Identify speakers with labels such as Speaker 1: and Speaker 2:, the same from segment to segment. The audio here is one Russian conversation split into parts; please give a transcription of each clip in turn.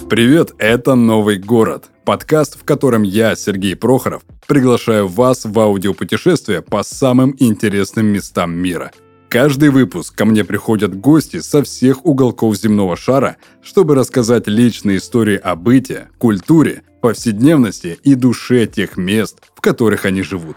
Speaker 1: Привет, это «Новый город», подкаст, в котором я, Сергей Прохоров, приглашаю вас в аудиопутешествие по самым интересным местам мира. Каждый выпуск ко мне приходят гости со всех уголков земного шара, чтобы рассказать личные истории о быте, культуре, повседневности и душе тех мест, в которых они живут.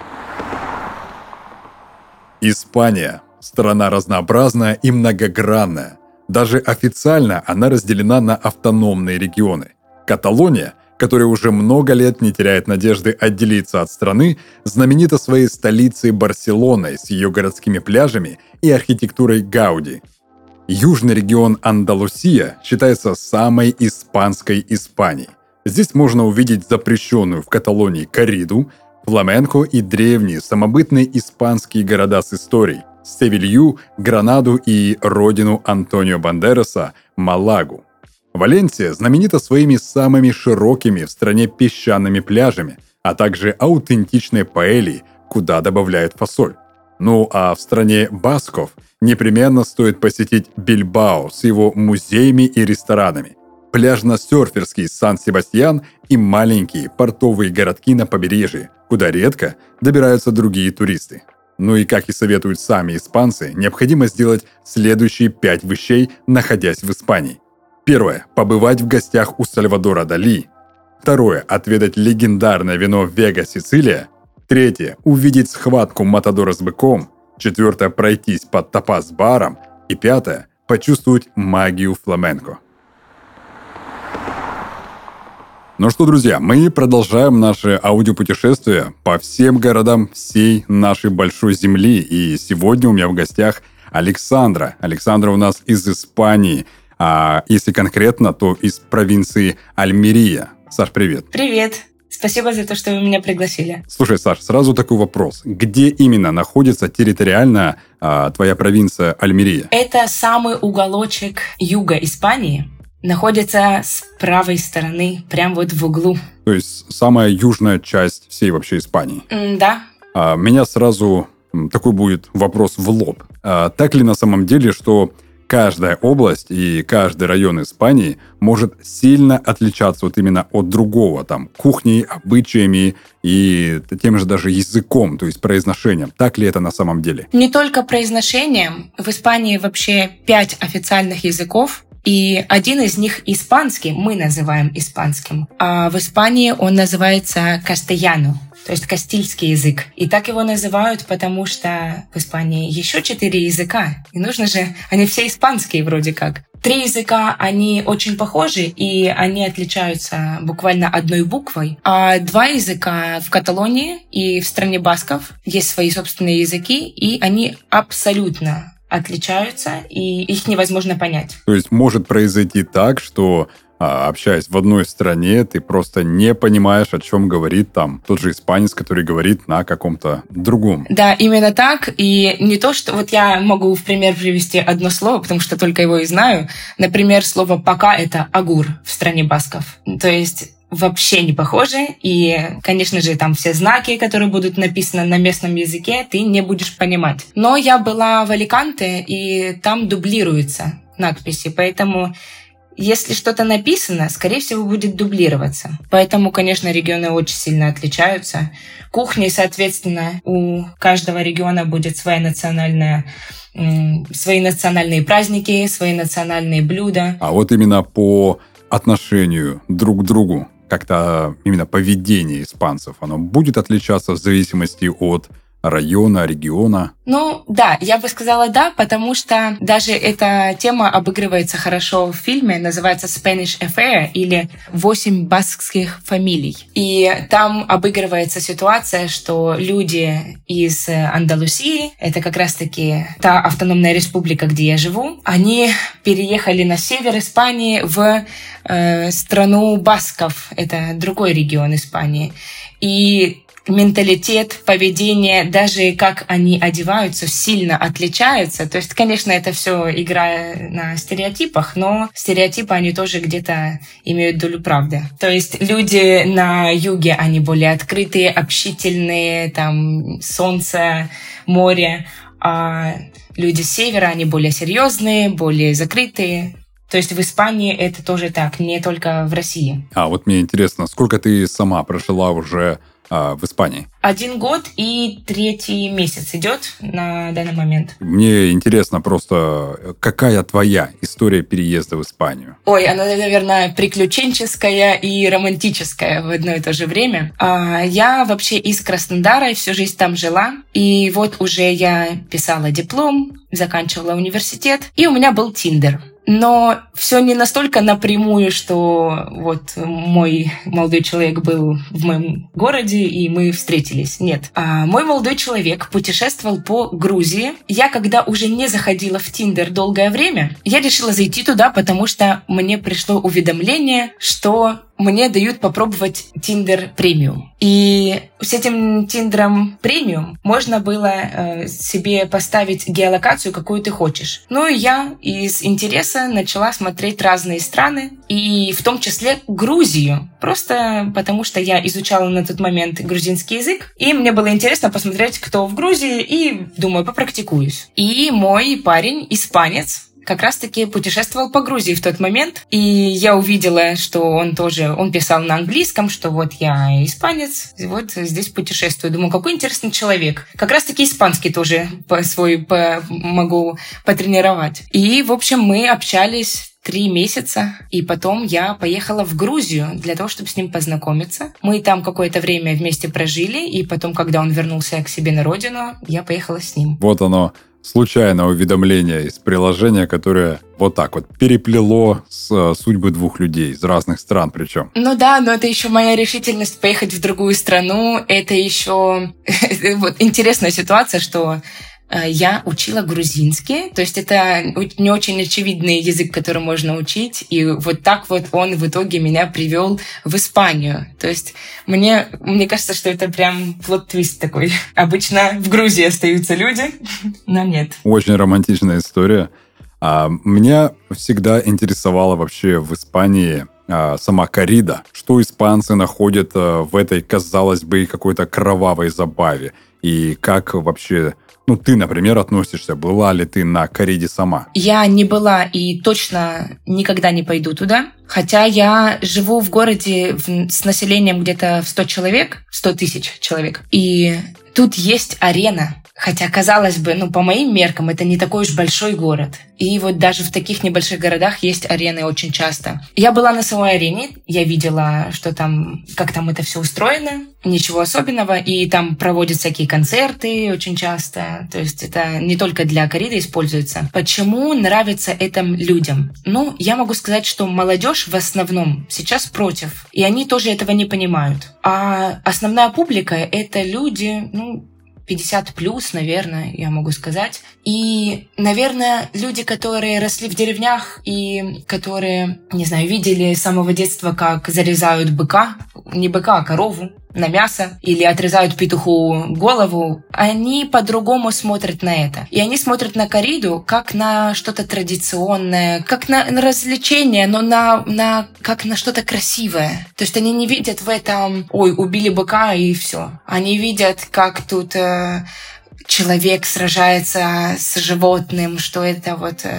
Speaker 1: Испания – страна разнообразная и многогранная. Даже официально она разделена на автономные регионы. Каталония, которая уже много лет не теряет надежды отделиться от страны, знаменита своей столицей Барселоной с ее городскими пляжами и архитектурой Гауди. Южный регион Андалусия считается самой испанской Испанией. Здесь можно увидеть запрещенную в Каталонии корриду, фламенко и древние самобытные испанские города с историей – Севилью, Гранаду и родину Антонио Бандераса – Малагу. Валенсия знаменита своими самыми широкими в стране песчаными пляжами, а также аутентичной паэльей, куда добавляют фасоль. Ну а в стране басков непременно стоит посетить Бильбао с его музеями и ресторанами, пляжно-серферский Сан-Себастьян и маленькие портовые городки на побережье, куда редко добираются другие туристы. Ну и, как и советуют сами испанцы, необходимо сделать следующие 5 вещей, находясь в Испании. Первое – побывать в гостях у Сальвадора Дали. Второе – отведать легендарное вино Вега Сицилия. Третье – увидеть схватку матадора с быком. Четвертое – пройтись под тапас-баром. И пятое – почувствовать магию фламенко. Ну что, друзья, мы продолжаем наше аудиопутешествие по всем городам всей нашей большой земли. И сегодня у меня в гостях Александра. Александра у нас из Испании. А если конкретно, то из провинции Альмерия. Саш, привет.
Speaker 2: Привет. Спасибо за то, что вы меня пригласили.
Speaker 1: Слушай, Саш, сразу такой вопрос. Где именно находится территориально твоя провинция Альмерия?
Speaker 2: Это самый уголочек юга Испании. Находится с правой стороны, прям вот в углу.
Speaker 1: То есть самая южная часть всей вообще Испании?
Speaker 2: Да.
Speaker 1: Меня сразу такой будет вопрос в лоб. Так ли на самом деле, что каждая область и каждый район Испании может сильно отличаться вот именно от другого, там, кухней, обычаями и тем же даже языком, то есть произношением. Так ли это на самом деле?
Speaker 2: Не только произношением. В Испании вообще 5 официальных языков, и один из них испанский, мы называем испанским. А в Испании он называется кастельяно, то есть кастильский язык. И так его называют, потому что в Испании еще 4 языка. И нужно же, они все испанские вроде как. 3 языка, они очень похожи, и они отличаются буквально одной буквой. А 2 языка в Каталонии и в стране басков есть свои собственные языки, и они абсолютно отличаются, и их невозможно понять.
Speaker 1: То есть может произойти так, что общаясь в одной стране, ты просто не понимаешь, о чем говорит там тот же испанец, который говорит на каком-то другом.
Speaker 2: Да, именно так. И не то, что... Вот я могу в пример привести одно слово, потому что только его и знаю. Например, слово «пока» — это «агур» в стране басков. То есть вообще не похожи. И, конечно же, там все знаки, которые будут написаны на местном языке, ты не будешь понимать. Но я была в Аликанте, и там дублируются надписи, поэтому если что-то написано, скорее всего, будет дублироваться. Поэтому, конечно, регионы очень сильно отличаются. Кухня, соответственно, у каждого региона будет свои национальные праздники, свои национальные блюда.
Speaker 1: А вот именно по отношению друг к другу, как-то именно поведение испанцев, оно будет отличаться в зависимости от района, региона?
Speaker 2: Ну, да, я бы сказала да, потому что даже эта тема обыгрывается хорошо в фильме, называется Spanish Affair или «8 баскских фамилий». И там обыгрывается ситуация, что люди из Андалусии, это как раз-таки та автономная республика, где я живу, они переехали на север Испании в страну басков, это другой регион Испании. И менталитет, поведение, даже как они одеваются, сильно отличаются. То есть, конечно, это все игра на стереотипах, но стереотипы, они тоже где-то имеют долю правды. То есть люди на юге, они более открытые, общительные, там солнце, море, а люди с севера, они более серьезные, более закрытые. То есть в Испании это тоже так, не только в России.
Speaker 1: А вот мне интересно, сколько ты сама прожила уже в Испании?
Speaker 2: 1 год и 3-й месяц идет на данный момент.
Speaker 1: Мне интересно просто, какая твоя история переезда в Испанию?
Speaker 2: Ой, она, наверное, приключенческая и романтическая в одно и то же время. Я вообще из Краснодара, и всю жизнь там жила. И вот уже я писала диплом, заканчивала университет, и у меня был Тиндер. Но все не настолько напрямую, что вот мой молодой человек был в моем городе, и мы встретились. Нет. Мой молодой человек путешествовал по Грузии. Я, когда уже не заходила в Тиндер долгое время, я решила зайти туда, потому что мне пришло уведомление, что мне дают попробовать Tinder премиум. И с этим Тиндером премиум можно было себе поставить геолокацию, какую ты хочешь. Ну и я из интереса начала смотреть разные страны, и в том числе Грузию. Просто потому что я изучала на тот момент грузинский язык, и мне было интересно посмотреть, кто в Грузии, и думаю, попрактикуюсь. И мой парень, испанец, как раз-таки путешествовал по Грузии в тот момент, и я увидела, что он писал на английском, что вот я испанец, вот здесь путешествую. Думаю, какой интересный человек. Как раз-таки испанский тоже могу потренировать. И, в общем, мы общались 3 месяца, и потом я поехала в Грузию для того, чтобы с ним познакомиться. Мы там какое-то время вместе прожили, и потом, когда он вернулся к себе на родину, я поехала с ним.
Speaker 1: Вот оно, случайное уведомление из приложения, которое вот так вот переплело судьбы 2 людей из разных стран причем.
Speaker 2: Ну да, но это еще моя решительность поехать в другую страну. Это еще вот интересная ситуация, что я учила грузинский, то есть это не очень очевидный язык, который можно учить, и вот так вот он в итоге меня привел в Испанию. То есть мне кажется, что это прям плот-твист такой. Обычно в Грузии остаются люди, но нет.
Speaker 1: Очень романтичная история. Меня всегда интересовала вообще в Испании сама коррида. Что испанцы находят в этой, казалось бы, какой-то кровавой забаве? И как вообще... ты, например, относишься? Была ли ты на корриде сама?
Speaker 2: Я не была и точно никогда не пойду туда. Хотя я живу в городе с населением где-то в 100 человек, 100 тысяч человек. И тут есть арена. Хотя, казалось бы, по моим меркам, это не такой уж большой город. И вот даже в таких небольших городах есть арены очень часто. Я была на самой арене, я видела, как там это все устроено. Ничего особенного. И там проводят всякие концерты очень часто. То есть это не только для корриды используется. Почему нравится это людям? Я могу сказать, что молодежь в основном сейчас против. И они тоже этого не понимают. А основная публика — это люди, 50+, наверное, я могу сказать. И, наверное, люди, которые росли в деревнях и которые, не знаю, видели с самого детства, как зарезают быка, не быка, а корову, на мясо, или отрезают петуху голову, они по-другому смотрят на это. И они смотрят на корриду как на что-то традиционное, как на развлечение, но как на что-то красивое. То есть они не видят в этом, убили быка и все. Они видят, как тут человек сражается с животным, что это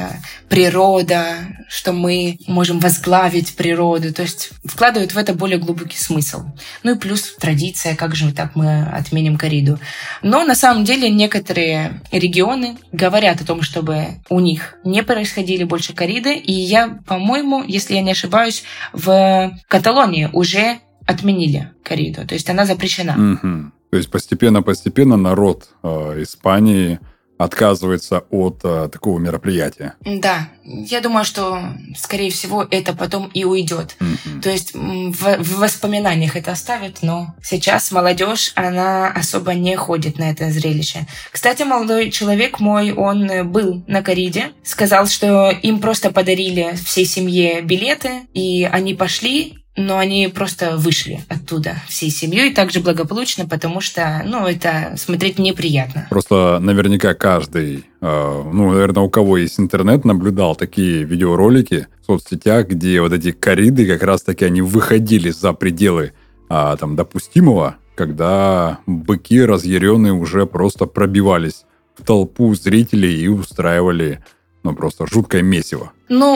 Speaker 2: природа, что мы можем возглавить природу. То есть вкладывают в это более глубокий смысл. И плюс традиция, как же так мы отменим корриду. Но на самом деле некоторые регионы говорят о том, чтобы у них не происходили больше корриды. И я, по-моему, если я не ошибаюсь, в Каталонии уже отменили корриду. То есть она запрещена.
Speaker 1: Mm-hmm. То есть постепенно народ Испании отказывается от такого мероприятия.
Speaker 2: Да, я думаю, что, скорее всего, это потом и уйдет. Mm-hmm. То есть в воспоминаниях это оставят, но сейчас молодежь, она особо не ходит на это зрелище. Кстати, молодой человек мой, он был на корриде, сказал, что им просто подарили всей семье билеты, и они пошли, но они просто вышли оттуда всей семьей также благополучно, потому что, это смотреть неприятно.
Speaker 1: Просто наверняка каждый, наверное, у кого есть интернет, наблюдал такие видеоролики в соцсетях, где вот эти корриды, как раз-таки они выходили за пределы допустимого, когда быки разъяренные уже просто пробивались в толпу зрителей и устраивали просто жуткое месиво.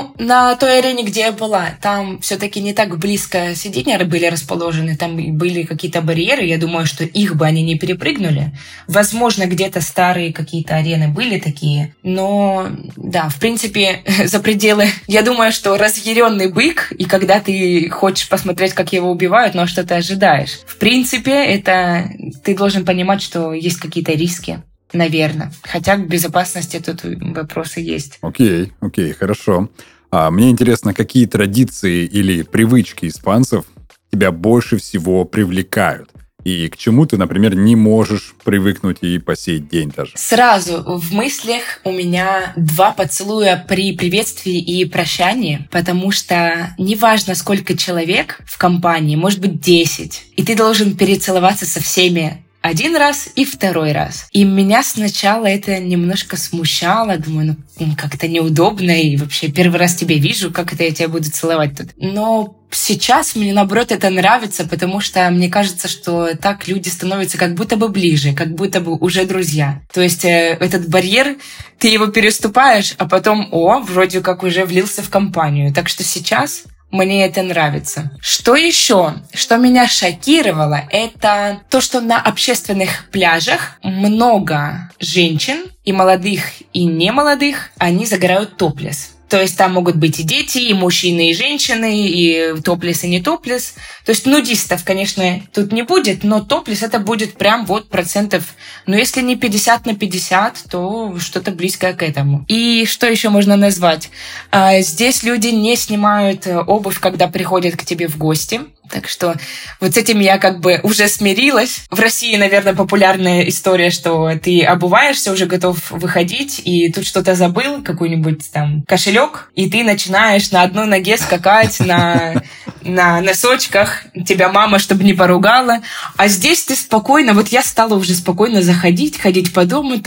Speaker 2: На той арене, где я была, там все-таки не так близко сиденья были расположены, там были какие-то барьеры, я думаю, что их бы они не перепрыгнули. Возможно, где-то старые какие-то арены были такие, но да, в принципе, за пределы, я думаю, что разъяренный бык, и когда ты хочешь посмотреть, как его убивают, но что ты ожидаешь. В принципе, это ты должен понимать, что есть какие-то риски. Наверное. Хотя к безопасности тут вопросы есть.
Speaker 1: Окей, хорошо. Мне интересно, какие традиции или привычки испанцев тебя больше всего привлекают? И к чему ты, например, не можешь привыкнуть и по сей день даже?
Speaker 2: Сразу в мыслях у меня 2 поцелуя при приветствии и прощании, потому что неважно, сколько человек в компании, может быть 10, и ты должен перецеловаться со всеми 1 раз и 2 раз. И меня сначала это немножко смущало. Думаю, как-то неудобно. И вообще 1 раз тебя вижу, как это я тебя буду целовать тут. Но сейчас мне, наоборот, это нравится, потому что мне кажется, что так люди становятся как будто бы ближе, как будто бы уже друзья. То есть этот барьер, ты его переступаешь, а потом, вроде как уже влился в компанию. Так что сейчас мне это нравится. Что еще? Что меня шокировало, это то, что на общественных пляжах много женщин, и молодых, и немолодых, они загорают топлес. То есть там могут быть и дети, и мужчины, и женщины, и топлес, и не топлес. То есть нудистов, конечно, тут не будет, но топлес это будет прям процентов, если не 50/50, то что-то близкое к этому. И что еще можно назвать? Здесь люди не снимают обувь, когда приходят к тебе в гости. Так что вот с этим я как бы уже смирилась. В России, наверное, популярная история, что ты обуваешься, уже готов выходить, и тут что-то забыл, какой-нибудь там кошелек, и ты начинаешь на одной ноге скакать на носочках. Тебя мама, чтобы не поругала. А здесь ты спокойно, я стала уже спокойно ходить по дому,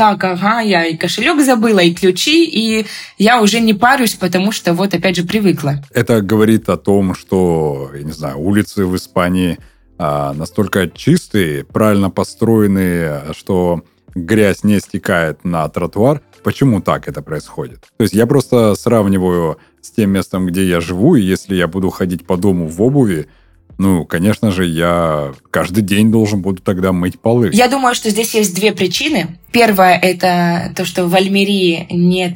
Speaker 2: я и кошелек забыла, и ключи, и я уже не парюсь, потому что опять же привыкла.
Speaker 1: Это говорит о том, что, я не знаю, улицы в Испании настолько чистые, правильно построенные, что грязь не стекает на тротуар. Почему так это происходит? То есть я просто сравниваю с тем местом, где я живу, и если я буду ходить по дому в обуви, конечно же, я каждый день должен буду тогда мыть полы.
Speaker 2: Я думаю, что здесь есть 2 причины. Первая – это то, что в Альмерии нет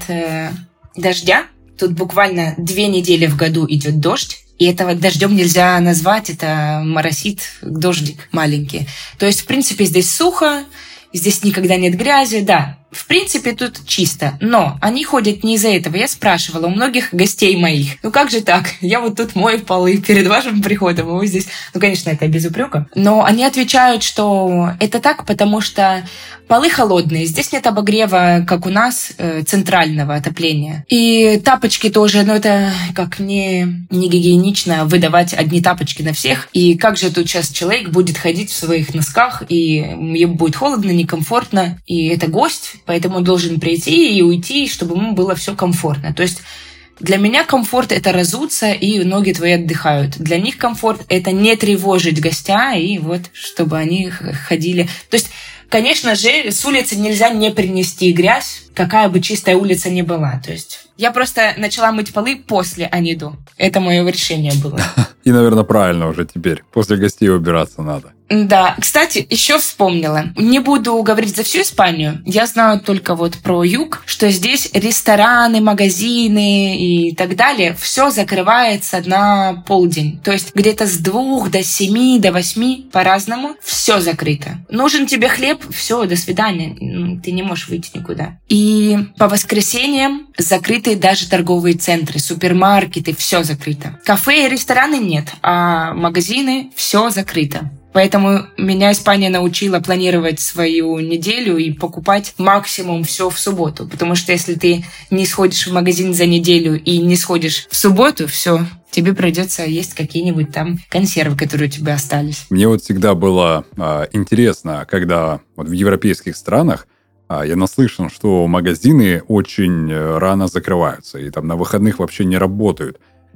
Speaker 2: дождя. Тут буквально 2 недели в году идет дождь. И этого дождем нельзя назвать, это моросит дождик маленький. То есть, в принципе, здесь сухо, здесь никогда нет грязи, да. В принципе, тут чисто, но они ходят не из-за этого. Я спрашивала у многих гостей моих, как же так? Я тут мою полы перед вашим приходом, а вы здесь... конечно, это без упрека. Но они отвечают, что это так, потому что полы холодные. Здесь нет обогрева, как у нас, центрального отопления. И тапочки тоже, это как не гигиенично выдавать одни тапочки на всех. И как же тут сейчас человек будет ходить в своих носках, и ему будет холодно, некомфортно, и это гость, поэтому он должен прийти и уйти, чтобы ему было все комфортно. То есть для меня комфорт – это разуться, и ноги твои отдыхают. Для них комфорт – это не тревожить гостя, и чтобы они ходили. То есть, конечно же, с улицы нельзя не принести грязь, какая бы чистая улица ни была. То есть я просто начала мыть полы после, а не до. Это мое решение было.
Speaker 1: И, наверное, правильно уже теперь. После гостей убираться надо.
Speaker 2: Да. Кстати, еще вспомнила. Не буду говорить за всю Испанию. Я знаю только про юг, что здесь рестораны, магазины и так далее, все закрывается на полдень. То есть где-то с 2 до 7, до 8 по-разному все закрыто. Нужен тебе хлеб, все, до свидания. Ты не можешь выйти никуда. И по воскресеньям закрыты даже торговые центры, супермаркеты, все закрыто. Кафе и рестораны нет, а магазины все закрыто. Поэтому меня Испания научила планировать свою неделю и покупать максимум все в субботу. Потому что если ты не сходишь в магазин за неделю и не сходишь в субботу, все, тебе придется есть какие-нибудь там консервы, которые у тебя остались.
Speaker 1: Мне всегда было интересно, когда в европейских странах я наслышан, что магазины очень рано закрываются и там на выходных вообще не работают.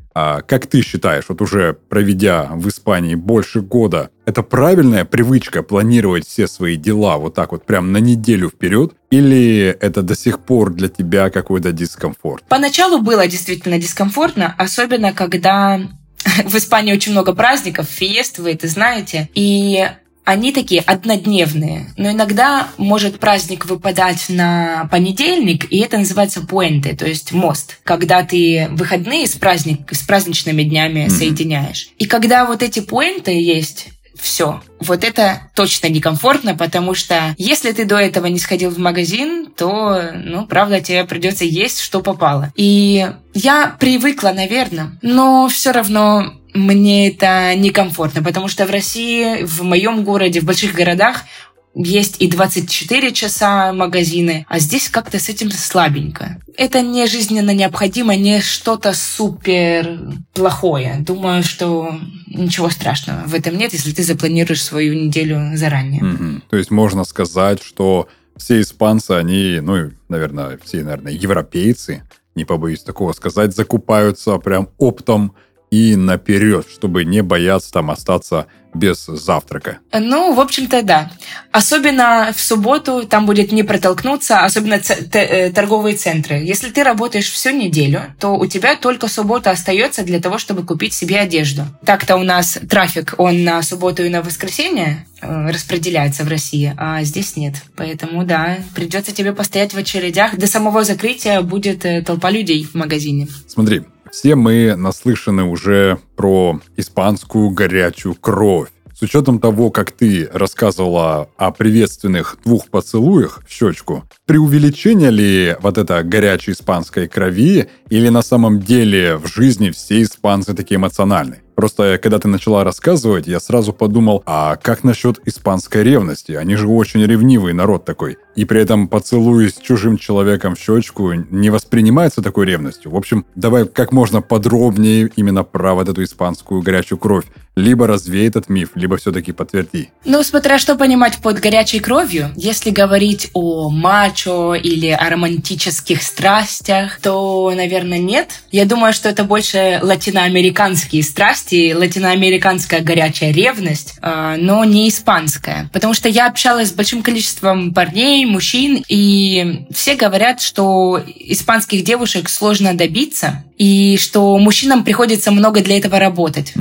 Speaker 1: А как ты считаешь, вот уже проведя в Испании больше года, это правильная привычка планировать все свои дела вот так вот прям на неделю вперед? Или это до сих пор для тебя какой-то дискомфорт?
Speaker 2: Поначалу было действительно дискомфортно, особенно когда в Испании очень много праздников, фиест, вы это знаете, и они такие однодневные. Но иногда может праздник выпадать на понедельник, и это называется пуэнте, то есть мост, когда ты выходные с праздничными днями соединяешь. И когда вот эти пуэнты есть, все. Вот это точно некомфортно, потому что если ты до этого не сходил в магазин, то, правда, тебе придется есть, что попало. И я привыкла, наверное, но все равно мне это некомфортно, потому что в России, в моем городе, в больших городах есть и 24 часа магазины, а здесь как-то с этим слабенько. Это не жизненно необходимо, не что-то супер плохое. Думаю, что ничего страшного в этом нет, если ты запланируешь свою неделю заранее.
Speaker 1: То есть можно сказать, что все испанцы, они, все, европейцы, не побоюсь такого сказать, закупаются прям оптом и наперед, чтобы не бояться там остаться без завтрака.
Speaker 2: В общем-то, да. Особенно в субботу там будет не протолкнуться, особенно торговые центры. Если ты работаешь всю неделю, то у тебя только суббота остается для того, чтобы купить себе одежду. Так-то у нас трафик, он на субботу и на воскресенье распределяется в России, а здесь нет. Поэтому, да, придется тебе постоять в очередях. До самого закрытия будет толпа людей в магазине.
Speaker 1: Смотри, все мы наслышаны уже про испанскую горячую кровь. С учетом того, как ты рассказывала о приветственных 2 поцелуях в щечку, преувеличение ли вот это горячей испанской крови, или на самом деле в жизни все испанцы такие эмоциональные? Просто когда ты начала рассказывать, я сразу подумал, а как насчет испанской ревности? Они же очень ревнивый народ такой. И при этом поцелуй с чужим человеком в щечку не воспринимается такой ревностью. В общем, давай как можно подробнее именно про вот эту испанскую горячую кровь. Либо развей этот миф, либо все-таки подтверди.
Speaker 2: Смотря что понимать под горячей кровью. Если говорить о мачо или о романтических страстях, то, наверное, нет. Я думаю, что это больше латиноамериканские страсти, латиноамериканская горячая ревность, но не испанская. Потому что я общалась с большим количеством парней, мужчин, и все говорят, что испанских девушек сложно добиться, и что мужчинам приходится много для этого работать.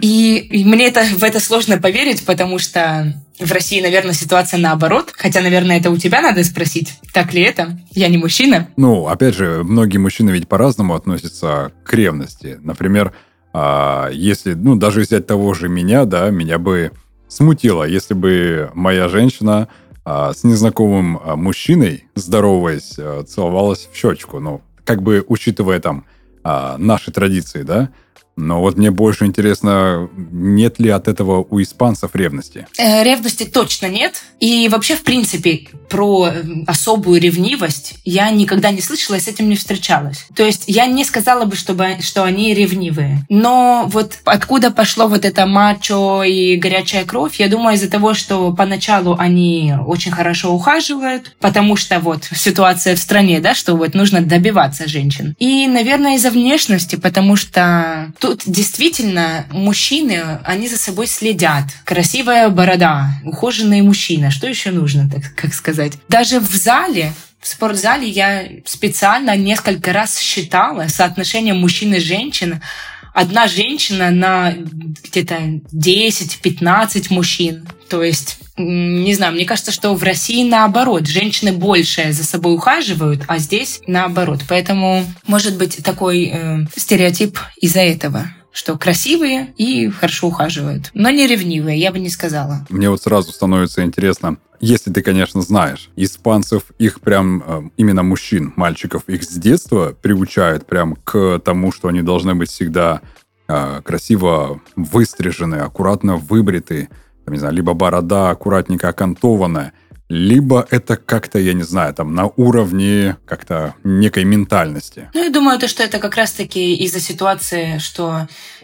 Speaker 2: И мне в это сложно поверить, потому что в России, наверное, ситуация наоборот. Хотя, наверное, это у тебя надо спросить, так ли это? Я не мужчина.
Speaker 1: Опять же, многие мужчины ведь по-разному относятся к ревности. Например, если, даже взять того же меня, да, меня бы смутило, если бы моя женщина с незнакомым мужчиной, здороваясь, целовалась в щечку. Учитывая там наши традиции, да? Но вот мне больше интересно, нет ли от этого у испанцев ревности?
Speaker 2: Ревности точно нет. И вообще, в принципе, про особую ревнивость я никогда не слышала и с этим не встречалась. То есть я не сказала бы, что они ревнивые. Но вот откуда пошло вот это мачо и горячая кровь, я думаю, из-за того, что поначалу они очень хорошо ухаживают, потому что вот ситуация в стране, да, что вот нужно добиваться женщин. И, наверное, из-за внешности, потому что тут действительно мужчины, они за собой следят. Красивая борода, ухоженный мужчина. Что еще нужно, так сказать? Даже в спортзале я специально несколько раз считала соотношение мужчин и женщин. Одна женщина на где-то 10-15 мужчин. То есть, не знаю, мне кажется, что в России наоборот. Женщины больше за собой ухаживают, а здесь наоборот. Поэтому может быть такой стереотип из-за этого, что красивые и хорошо ухаживают. Но не ревнивые, я бы не сказала.
Speaker 1: Мне вот сразу становится интересно, если ты, конечно, знаешь, испанцев, их прям именно мужчин, мальчиков, их с детства приучают прям к тому, что они должны быть всегда красиво выстрижены, аккуратно выбриты, либо борода аккуратненько окантованная, либо это как-то, я не знаю, там на уровне как-то некой ментальности.
Speaker 2: Я думаю, что это как раз-таки из-за ситуации, что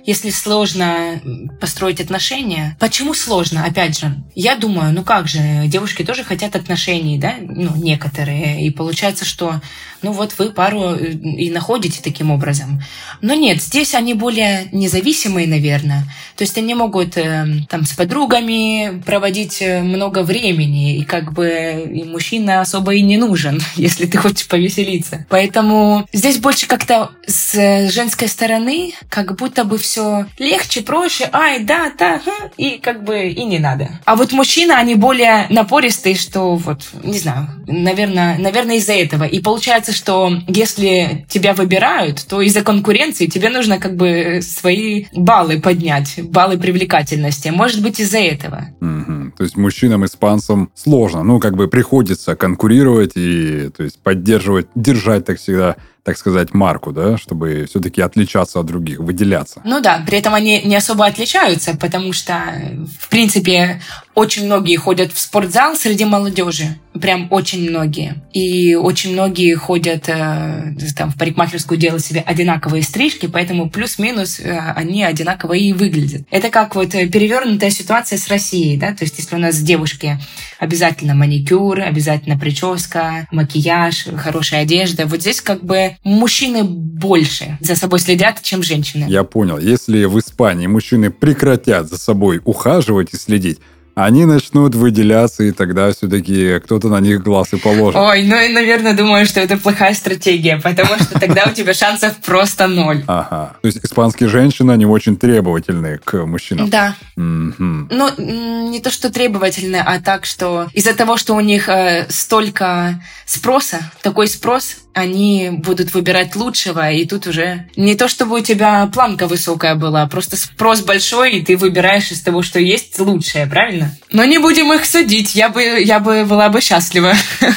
Speaker 2: если сложно построить отношения. Почему сложно? Опять же, я думаю, ну как же, девушки тоже хотят отношений, да? Ну, некоторые. И получается, что ну вот вы пару и находите таким образом. Но нет, здесь они более независимые, наверное. То есть они могут там с подругами проводить много времени, и как бы и мужчина особо и не нужен, если ты хочешь повеселиться. Поэтому здесь больше как-то с женской стороны как будто бы все легче, проще, ай, да, и как бы и не надо. А вот мужчины, они более напористые, что вот, не знаю, наверное, из-за этого. И получается, что если тебя выбирают, то из-за конкуренции тебе нужно как бы свои баллы поднять, баллы привлекательности. Может быть, из-за этого.
Speaker 1: То есть мужчинам-испанцам сложно, ну, как бы приходится конкурировать и, то есть, поддерживать, держать, так сказать, марку, да, чтобы все-таки отличаться от других, выделяться.
Speaker 2: Ну да, при этом они не особо отличаются, потому что, в принципе, очень многие ходят в спортзал среди молодежи, прям очень многие. И очень многие ходят там в парикмахерскую делать себе одинаковые стрижки, поэтому плюс-минус они одинаково и выглядят. Это как вот перевернутая ситуация с Россией, да, то есть если у нас девушки обязательно маникюр, обязательно прическа, макияж, хорошая одежда, вот здесь как бы мужчины больше за собой следят, чем женщины.
Speaker 1: Я понял. Если в Испании мужчины прекратят за собой ухаживать и следить, они начнут выделяться, и тогда все-таки кто-то на них глаз и положит.
Speaker 2: Ой, ну и, наверное, думаю, что это плохая стратегия, потому что тогда у тебя шансов просто ноль.
Speaker 1: Ага. То есть испанские женщины, они очень требовательны к мужчинам.
Speaker 2: Да.
Speaker 1: Угу.
Speaker 2: Ну, не то, что требовательны, а так, что из-за того, что у них столько спроса, такой спрос, они будут выбирать лучшего, и тут уже не то, чтобы у тебя планка высокая была, просто спрос большой, и ты выбираешь из того, что есть, лучшее, правильно? Но не будем их судить, я бы была бы счастлива,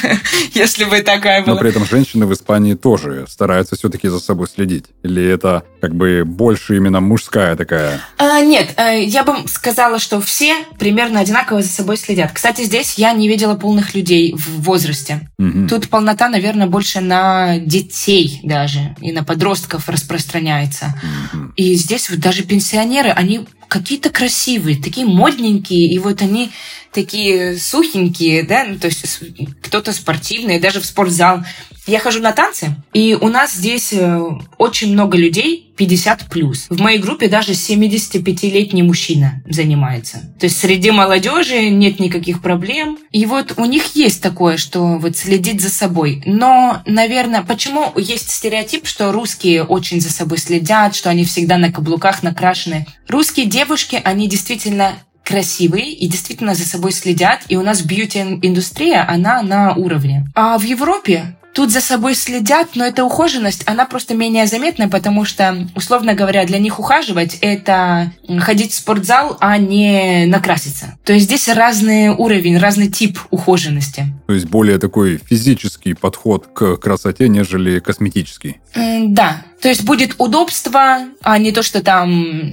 Speaker 2: если бы такая была.
Speaker 1: Но при этом женщины в Испании тоже стараются все-таки за собой следить? Или это как бы больше именно мужская такая?
Speaker 2: Нет, я бы сказала, что все примерно одинаково за собой следят. Кстати, здесь я не видела полных людей в возрасте.
Speaker 1: Угу.
Speaker 2: Тут полнота, наверное, больше на детей даже и на подростков распространяется. Mm-hmm. И здесь вот даже пенсионеры, они какие-то красивые, такие модненькие, и вот они такие сухенькие, да, ну, то есть кто-то спортивный, даже в спортзал. Я хожу на танцы, и у нас здесь очень много людей 50+. В моей группе даже 75-летний мужчина занимается. То есть среди молодежи нет никаких проблем. И вот у них есть такое, что вот следить за собой. Но, наверное, почему есть стереотип, что русские очень за собой следят, что они всегда на каблуках накрашены? Русские девушки, они действительно красивые и действительно за собой следят. И у нас бьюти-индустрия, она на уровне. А в Европе тут за собой следят, но эта ухоженность, она просто менее заметна, потому что, условно говоря, для них ухаживать — это ходить в спортзал, а не накраситься. То есть здесь разный уровень, разный тип ухоженности.
Speaker 1: То есть более такой физический подход к красоте, нежели косметический.
Speaker 2: Да. То есть будет удобство, а не то, что там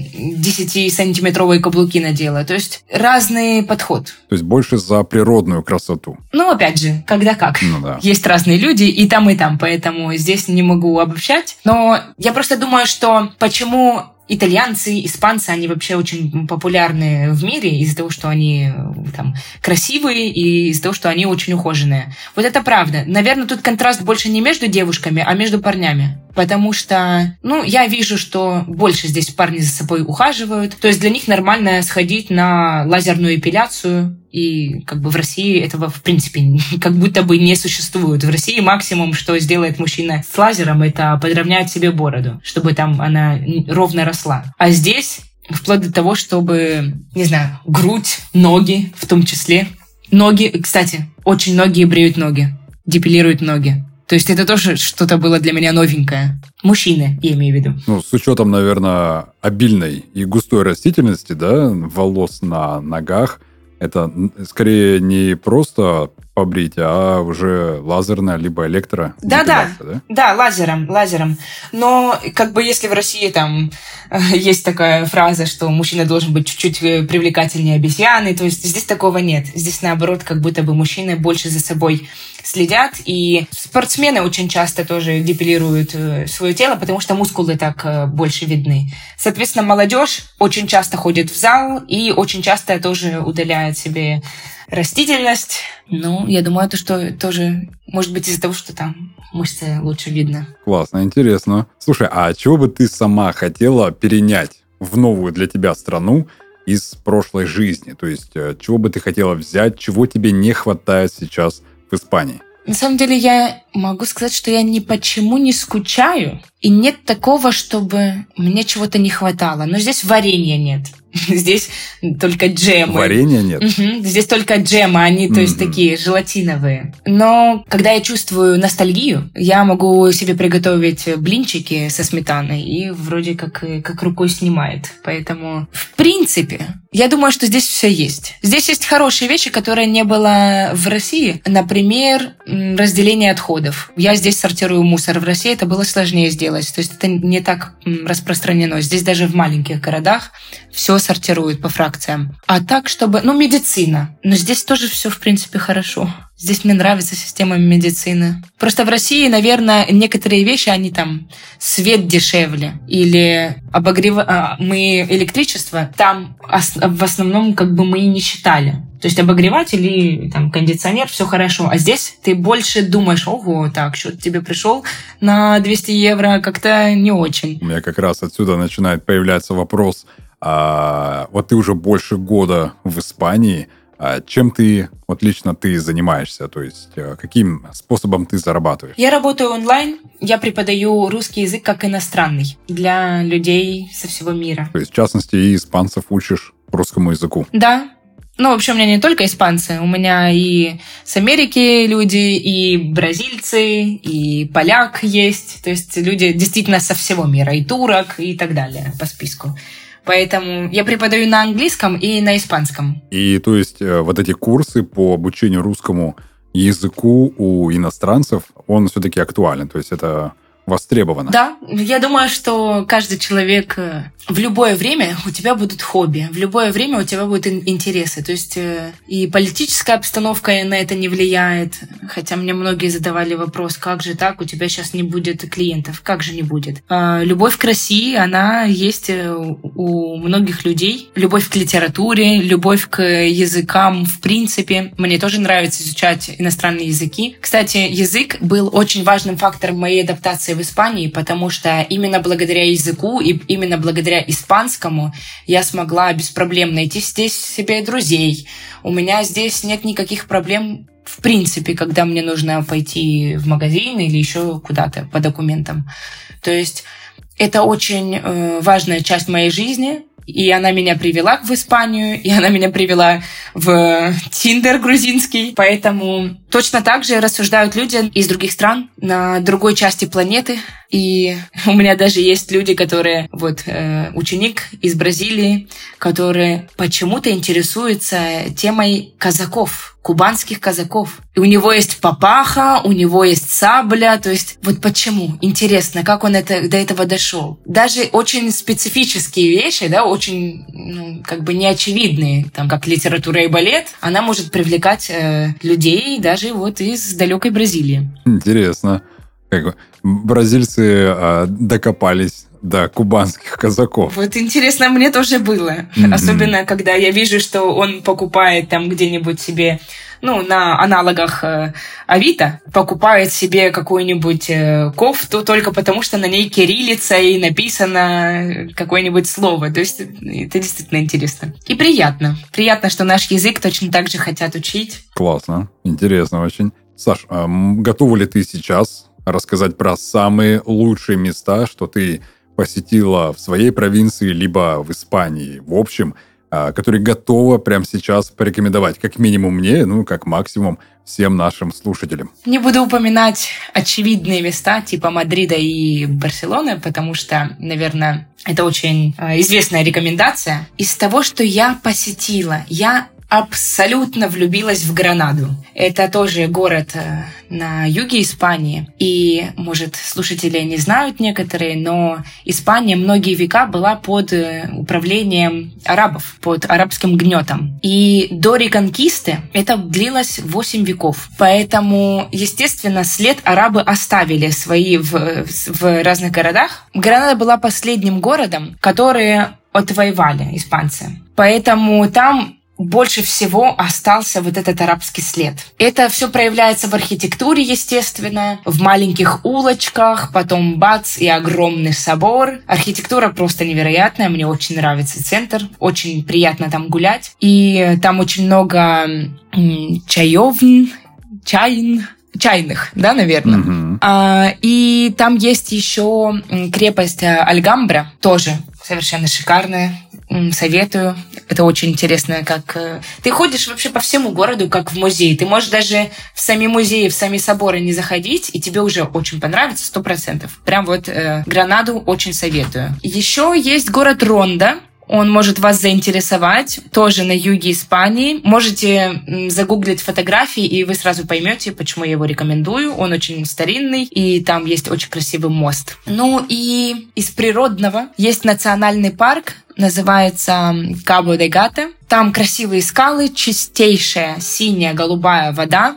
Speaker 2: 10-сантиметровые каблуки надела. То есть разный подход.
Speaker 1: То есть больше за природную красоту.
Speaker 2: Ну, опять же, когда как.
Speaker 1: Ну, да.
Speaker 2: Есть разные люди и там, поэтому здесь не могу обобщать. Но я просто думаю, что почему итальянцы, испанцы, они вообще очень популярны в мире из-за того, что они там красивые и из-за того, что они очень ухоженные. Вот это правда. Наверное, тут контраст больше не между девушками, а между парнями. Потому что, я вижу, что больше здесь парни за собой ухаживают. То есть для них нормально сходить на лазерную эпиляцию. И как бы в России этого, в принципе, как будто бы не существует. В России максимум, что сделает мужчина с лазером, это подровнять себе бороду, чтобы там она ровно росла. А здесь вплоть до того, чтобы, не знаю, грудь, ноги в том числе. Ноги, кстати, очень многие бреют ноги, депилируют ноги. То есть это тоже что-то было для меня новенькое. Мужчины, я имею в виду.
Speaker 1: С учетом, наверное, обильной и густой растительности, да, волос на ногах, это скорее не просто побрить, а уже лазерная либо электродепиляция, да?
Speaker 2: Да, лазером. Но как бы если в России там есть такая фраза, что мужчина должен быть чуть-чуть привлекательнее обезьяны, то есть здесь такого нет. Здесь наоборот, как будто бы мужчины больше за собой следят, и спортсмены очень часто тоже депилируют свое тело, потому что мускулы так больше видны. Соответственно, молодежь очень часто ходит в зал и очень часто тоже удаляет себе растительность. Ну, я думаю, это что тоже может быть из-за того, что там мышцы лучше видно.
Speaker 1: Классно, интересно. Слушай, а чего бы ты сама хотела перенять в новую для тебя страну из прошлой жизни? То есть, чего бы ты хотела взять, чего тебе не хватает сейчас в Испании?
Speaker 2: На самом деле, я могу сказать, что я ни почему не скучаю, и нет такого, чтобы мне чего-то не хватало. Но здесь варенья нет. Здесь только джемы.
Speaker 1: Варенья нет?
Speaker 2: Здесь только джемы, они, то есть, такие желатиновые. Но когда я чувствую ностальгию, я могу себе приготовить блинчики со сметаной, и вроде как рукой снимает. Поэтому, в принципе, я думаю, что здесь все есть. Здесь есть хорошие вещи, которые не было в России. Например, разделение отходов. Я здесь сортирую мусор. В России это было сложнее сделать. То есть это не так распространено. Здесь даже в маленьких городах все сортируют по фракциям. А так, чтобы... медицина. Но здесь тоже все, в принципе, хорошо. Здесь мне нравится система медицины. Просто в России, наверное, некоторые вещи, они там свет дешевле. Или мы электричество там в основном как бы мы и не считали. То есть обогреватель и там, кондиционер, все хорошо. А здесь ты больше думаешь, ого, так, счет тебе пришел на 200 евро, как-то не очень.
Speaker 1: У меня как раз отсюда начинает появляться вопрос. Вот ты уже больше года в Испании. Чем ты, вот лично ты занимаешься? То есть каким способом ты зарабатываешь?
Speaker 2: Я работаю онлайн. Я преподаю русский язык как иностранный для людей со всего мира.
Speaker 1: То есть, в частности, и испанцев учишь русскому языку?
Speaker 2: Да. Вообще у меня не только испанцы, у меня и с Америки люди, и бразильцы, и поляк есть. То есть люди действительно со всего мира, и турок, и так далее по списку. Поэтому я преподаю на английском и на испанском.
Speaker 1: И то есть вот эти курсы по обучению русскому языку у иностранцев, он все-таки актуален, то есть это востребовано.
Speaker 2: Да, я думаю, что каждый человек в любое время у тебя будут хобби, в любое время у тебя будут интересы. То есть и политическая обстановка на это не влияет. Хотя мне многие задавали вопрос, как же так, у тебя сейчас не будет клиентов. Как же не будет? Любовь к России, она есть у многих людей. Любовь к литературе, любовь к языкам в принципе. Мне тоже нравится изучать иностранные языки. Кстати, язык был очень важным фактором моей адаптации в Испании, потому что именно благодаря языку и именно благодаря испанскому я смогла без проблем найти здесь себе друзей. У меня здесь нет никаких проблем в принципе, когда мне нужно пойти в магазин или еще куда-то по документам. То есть это очень важная часть моей жизни. И она меня привела в Испанию, и она меня привела в Тиндер грузинский. Поэтому точно так же рассуждают люди из других стран на другой части планеты. И у меня даже есть люди, которые, ученик из Бразилии, который почему-то интересуется темой казаков, кубанских казаков. И у него есть папаха, у него есть сабля. То есть почему? Интересно, как он до этого дошел. Даже очень специфические вещи, да, очень неочевидные, там, как литература и балет, она может привлекать людей даже из далекой Бразилии.
Speaker 1: Интересно. Как бразильцы докопались до кубанских казаков.
Speaker 2: Интересно, мне тоже было. Особенно, когда я вижу, что он покупает там где-нибудь себе, на аналогах Авито, покупает себе какую-нибудь кофту только потому, что на ней кириллица и написано какое-нибудь слово. То есть это действительно интересно. И приятно. Приятно, что наш язык точно так же хотят учить.
Speaker 1: Классно. Интересно очень. Саш, готова ли ты сейчас рассказать про самые лучшие места, что ты посетила в своей провинции, либо в Испании, в общем, которые готова прямо сейчас порекомендовать, как минимум мне, как максимум всем нашим слушателям?
Speaker 2: Не буду упоминать очевидные места типа Мадрида и Барселоны, потому что, наверное, это очень известная рекомендация. Из того, что я посетила, я абсолютно влюбилась в Гранаду. Это тоже город на юге Испании. И, может, слушатели не знают некоторые, но Испания многие века была под управлением арабов, под арабским гнетом. И до реконкисты это длилось 8 веков. Поэтому, естественно, след арабы оставили свои в разных городах. Гранада была последним городом, который отвоевали испанцы. Поэтому там больше всего остался вот этот арабский след. Это все проявляется в архитектуре, естественно, в маленьких улочках, потом бац, и огромный собор. Архитектура просто невероятная, мне очень нравится центр, очень приятно там гулять. И там очень много чайных, да, наверное. Mm-hmm. И там есть еще крепость Альгамбра, тоже совершенно шикарная. Советую. Это очень интересно, как... Ты ходишь вообще по всему городу, как в музей. Ты можешь даже в сами музеи, в сами соборы не заходить, и тебе уже очень понравится 100%. Прям вот Гранаду очень советую. Еще есть город Ронда. Он может вас заинтересовать, тоже на юге Испании. Можете загуглить фотографии, и вы сразу поймете, почему я его рекомендую. Он очень старинный, и там есть очень красивый мост. Ну и из природного есть национальный парк, называется Кабо-де-Гате. Там красивые скалы, чистейшая синяя голубая вода.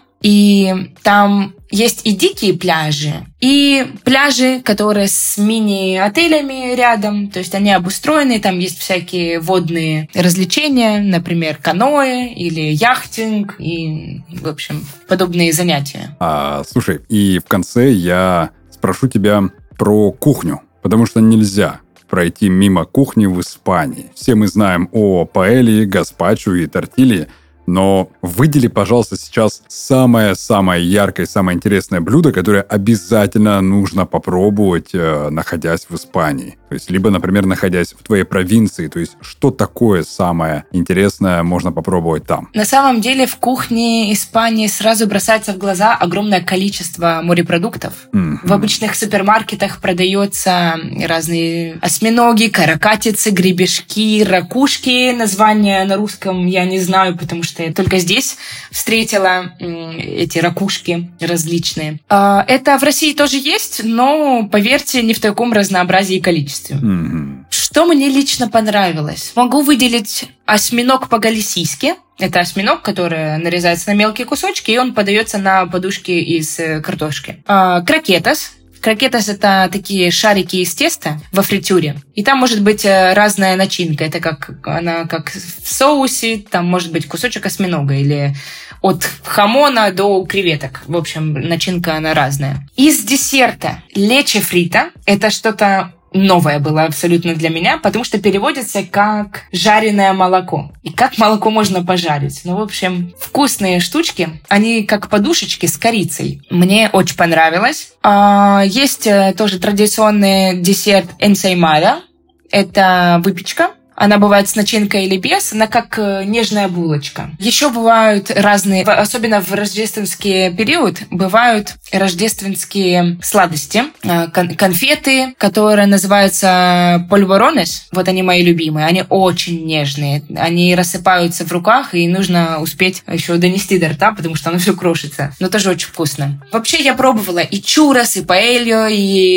Speaker 2: И там есть и дикие пляжи, и пляжи, которые с мини-отелями рядом. То есть они обустроены, там есть всякие водные развлечения, например, каноэ или яхтинг, и, в общем, подобные занятия.
Speaker 1: Слушай, и в конце я спрошу тебя про кухню, потому что нельзя пройти мимо кухни в Испании. Все мы знаем о паэлье, гаспачо и тортилье, но выдели, пожалуйста, сейчас самое-самое яркое, самое интересное блюдо, которое обязательно нужно попробовать, находясь в Испании. То есть, либо, например, находясь в твоей провинции. То есть, что такое самое интересное можно попробовать там?
Speaker 2: На самом деле, в кухне Испании сразу бросается в глаза огромное количество морепродуктов. Mm-hmm. В обычных супермаркетах продаются разные осьминоги, каракатицы, гребешки, ракушки. Названия на русском я не знаю, потому что я только здесь встретила эти ракушки различные. Это в России тоже есть, но, поверьте, не в таком разнообразии и количестве. Mm-hmm. Что мне лично понравилось? Могу выделить осьминог по-галисийски. Это осьминог, который нарезается на мелкие кусочки, и он подается на подушке из картошки. Крокетас. Крокетас — это такие шарики из теста во фритюре. И там может быть разная начинка. Это она как в соусе, там может быть кусочек осьминога или от хамона до креветок. В общем, начинка она разная. Из десерта лече фрита. Это что-то новое было абсолютно для меня, потому что переводится как жареное молоко. И как молоко можно пожарить? Ну, в общем, вкусные штучки. Они как подушечки с корицей. Мне очень понравилось. Есть тоже традиционный десерт энсаймада. Это выпечка. Она бывает с начинкой или без, она как нежная булочка. Еще бывают разные, особенно в рождественский период, бывают рождественские сладости. Конфеты, которые называются польворонес. Вот они мои любимые. Они очень нежные. Они рассыпаются в руках, и нужно успеть еще донести до рта, потому что оно все крошится. Но тоже очень вкусно. Вообще я пробовала и чуррос, и паэлью,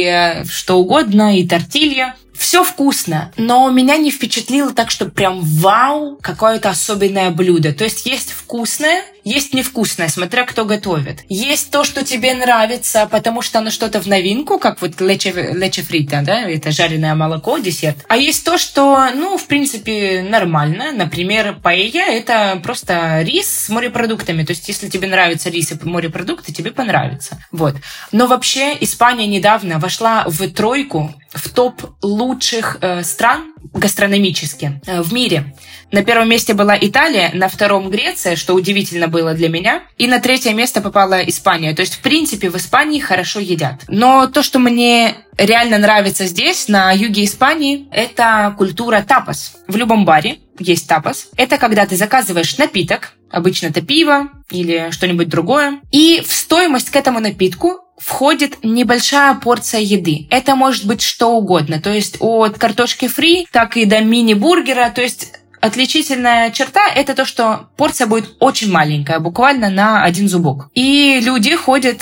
Speaker 2: и что угодно, и тортилью. Все вкусно, но меня не впечатлило так, что прям вау, какое-то особенное блюдо. То есть есть вкусное, есть невкусное, смотря кто готовит. Есть то, что тебе нравится, потому что оно что-то в новинку, как вот лече фрита, да, это жареное молоко, десерт. А есть то, что, ну, в принципе, нормально. Например, паэлья — это просто рис с морепродуктами. То есть если тебе нравится рис и морепродукты, тебе понравится. Вот. Но вообще Испания недавно вошла в тройку, в топ лучших стран гастрономически в мире. На первом месте была Италия, на втором Греция, что удивительно было для меня, и на третье место попала Испания. То есть, в принципе, в Испании хорошо едят. Но то, что мне реально нравится здесь, на юге Испании, это культура тапас. В любом баре есть тапас. Это когда ты заказываешь напиток, обычно это пиво или что-нибудь другое, и в стоимость к этому напитку входит небольшая порция еды. Это может быть что угодно. То есть от картошки фри, так и до мини-бургера. То есть Отличительная черта – это то, что порция будет очень маленькая, буквально на один зубок. И люди ходят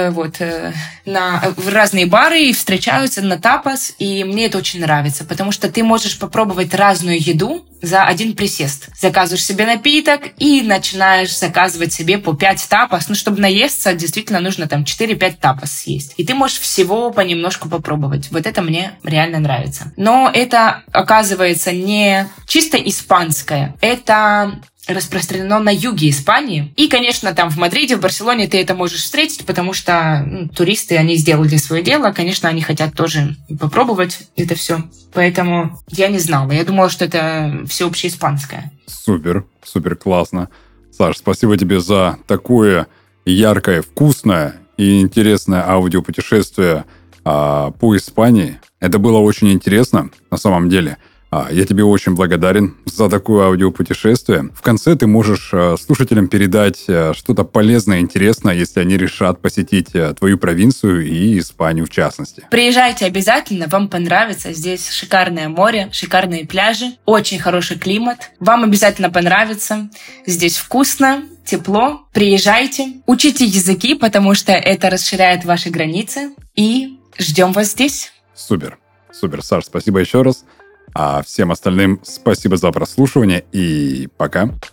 Speaker 2: в разные бары и встречаются на тапас, и мне это очень нравится, потому что ты можешь попробовать разную еду за один присест. Заказываешь себе напиток и начинаешь заказывать себе по 5 тапас. Чтобы наесться, действительно нужно там 4-5 тапас съесть. И ты можешь всего понемножку попробовать. Вот это мне реально нравится. Но это, оказывается, не чисто испанское. Это распространено на юге Испании. И, конечно, там в Мадриде, в Барселоне ты это можешь встретить, потому что туристы, они сделали свое дело. Конечно, они хотят тоже попробовать это все. Поэтому я не знала. Я думала, что это всеобщее испанское.
Speaker 1: Супер, супер классно. Саш, спасибо тебе за такое яркое, вкусное и интересное аудиопутешествие по Испании. Это было очень интересно, на самом деле. Я тебе очень благодарен за такое аудиопутешествие. В конце ты можешь слушателям передать что-то полезное, интересное, если они решат посетить твою провинцию и Испанию в частности.
Speaker 2: Приезжайте обязательно, вам понравится. Здесь шикарное море, шикарные пляжи, очень хороший климат. Вам обязательно понравится. Здесь вкусно, тепло. Приезжайте, учите языки, потому что это расширяет ваши границы. И ждем вас здесь.
Speaker 1: Супер, супер, Саш, спасибо еще раз. А всем остальным спасибо за прослушивание и пока.